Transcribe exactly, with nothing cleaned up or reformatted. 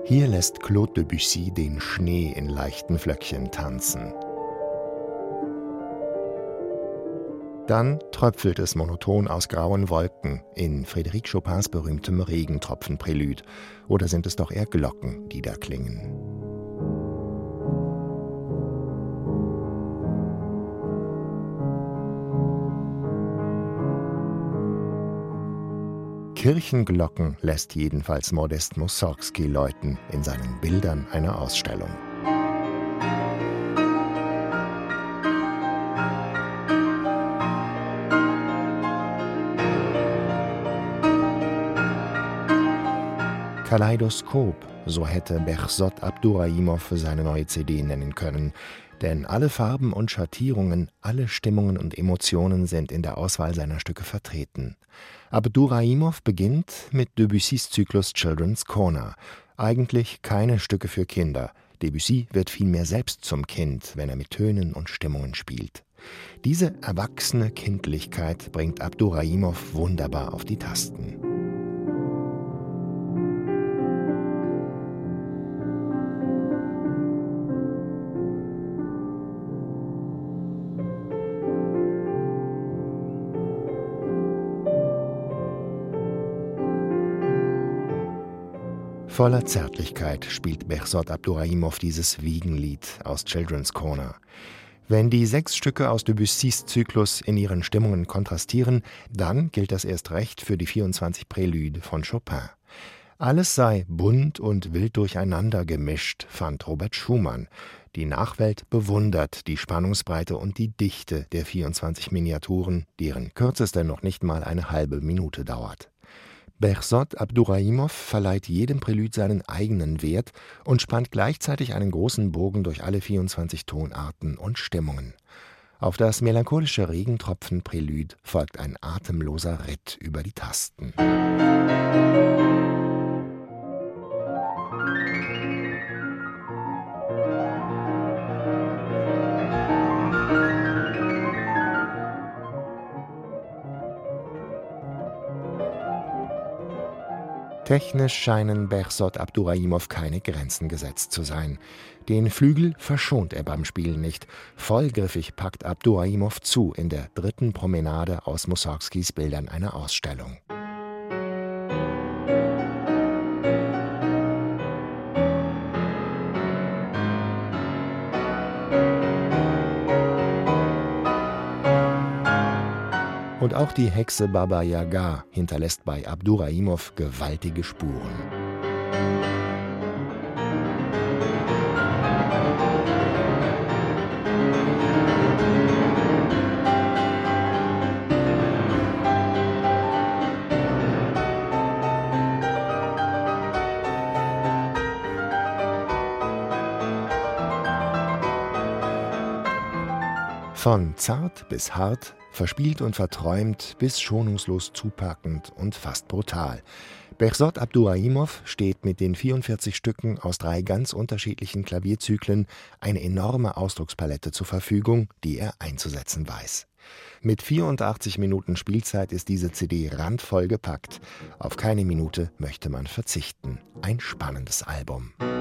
Hier lässt Claude Debussy den Schnee in leichten Flöckchen tanzen. Dann tröpfelt es monoton aus grauen Wolken in Frédéric Chopins berühmtem Regentropfenprälud. Oder sind es doch eher Glocken, die da klingen? Kirchenglocken lässt jedenfalls Modest Mussorgsky läuten in seinen Bildern einer Ausstellung. Kaleidoskop, so hätte Behzod Abduraimov seine neue C D nennen können. Denn alle Farben und Schattierungen, alle Stimmungen und Emotionen sind in der Auswahl seiner Stücke vertreten. Abduraimov beginnt mit Debussys Zyklus Children's Corner. Eigentlich keine Stücke für Kinder. Debussy wird vielmehr selbst zum Kind, wenn er mit Tönen und Stimmungen spielt. Diese erwachsene Kindlichkeit bringt Abduraimov wunderbar auf die Tasten. Voller Zärtlichkeit spielt Behzod Abduraimov dieses Wiegenlied aus Children's Corner. Wenn die sechs Stücke aus Debussys Zyklus in ihren Stimmungen kontrastieren, dann gilt das erst recht für die vierundzwanzig Prälüde von Chopin. Alles sei bunt und wild durcheinander gemischt, fand Robert Schumann. Die Nachwelt bewundert die Spannungsbreite und die Dichte der vierundzwanzig Miniaturen, deren kürzeste noch nicht mal eine halbe Minute dauert. Behzod Abduraimov verleiht jedem Prälud seinen eigenen Wert und spannt gleichzeitig einen großen Bogen durch alle vierundzwanzig Tonarten und Stimmungen. Auf das melancholische Regentropfen-Prälud folgt ein atemloser Ritt über die Tasten. Technisch scheinen Behzod Abduraimov keine Grenzen gesetzt zu sein. Den Flügel verschont er beim Spielen nicht. Vollgriffig packt Abduraimov zu in der dritten Promenade aus Mussorgskys Bildern einer Ausstellung. Und auch die Hexe Baba Yaga hinterlässt bei Abduraimov gewaltige Spuren. Von zart bis hart, verspielt und verträumt bis schonungslos zupackend und fast brutal. Behzod Abduraimov steht mit den vierundvierzig Stücken aus drei ganz unterschiedlichen Klavierzyklen eine enorme Ausdruckspalette zur Verfügung, die er einzusetzen weiß. Mit vierundachtzig Minuten Spielzeit ist diese C D randvoll gepackt. Auf keine Minute möchte man verzichten. Ein spannendes Album.